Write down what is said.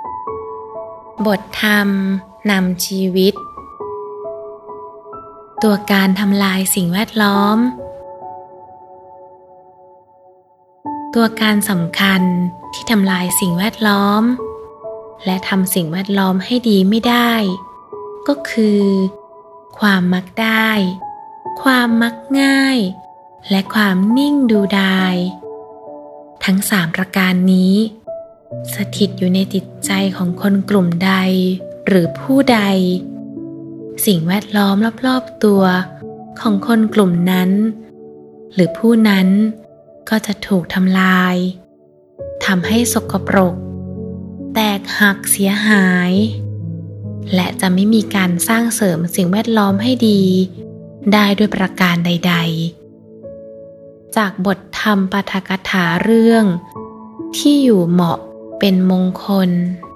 บทธรรมนำชีวิตตัวการทำลายสิ่งแวดล้อมตัวการสำคัญที่ทำลายสิ่งแวดล้อมและทำสิ่งแวดล้อมให้ดีไม่ได้ก็คือความมักได้ความมักง่ายและความนิ่งดูดายทั้ง3ประการนี้สถิตอยู่ในจิตใจของคนกลุ่มใดหรือผู้ใดสิ่งแวดล้อมรอบๆตัวของคนกลุ่มนั้นหรือผู้นั้นก็จะถูกทำลายทำให้สกปรกแตกหักเสียหายและจะไม่มีการสร้างเสริมสิ่งแวดล้อมให้ดีได้ด้วยประการใดๆจากบทธรรมปาฐกถาเรื่องที่อยู่เหมาะเป็นมงคล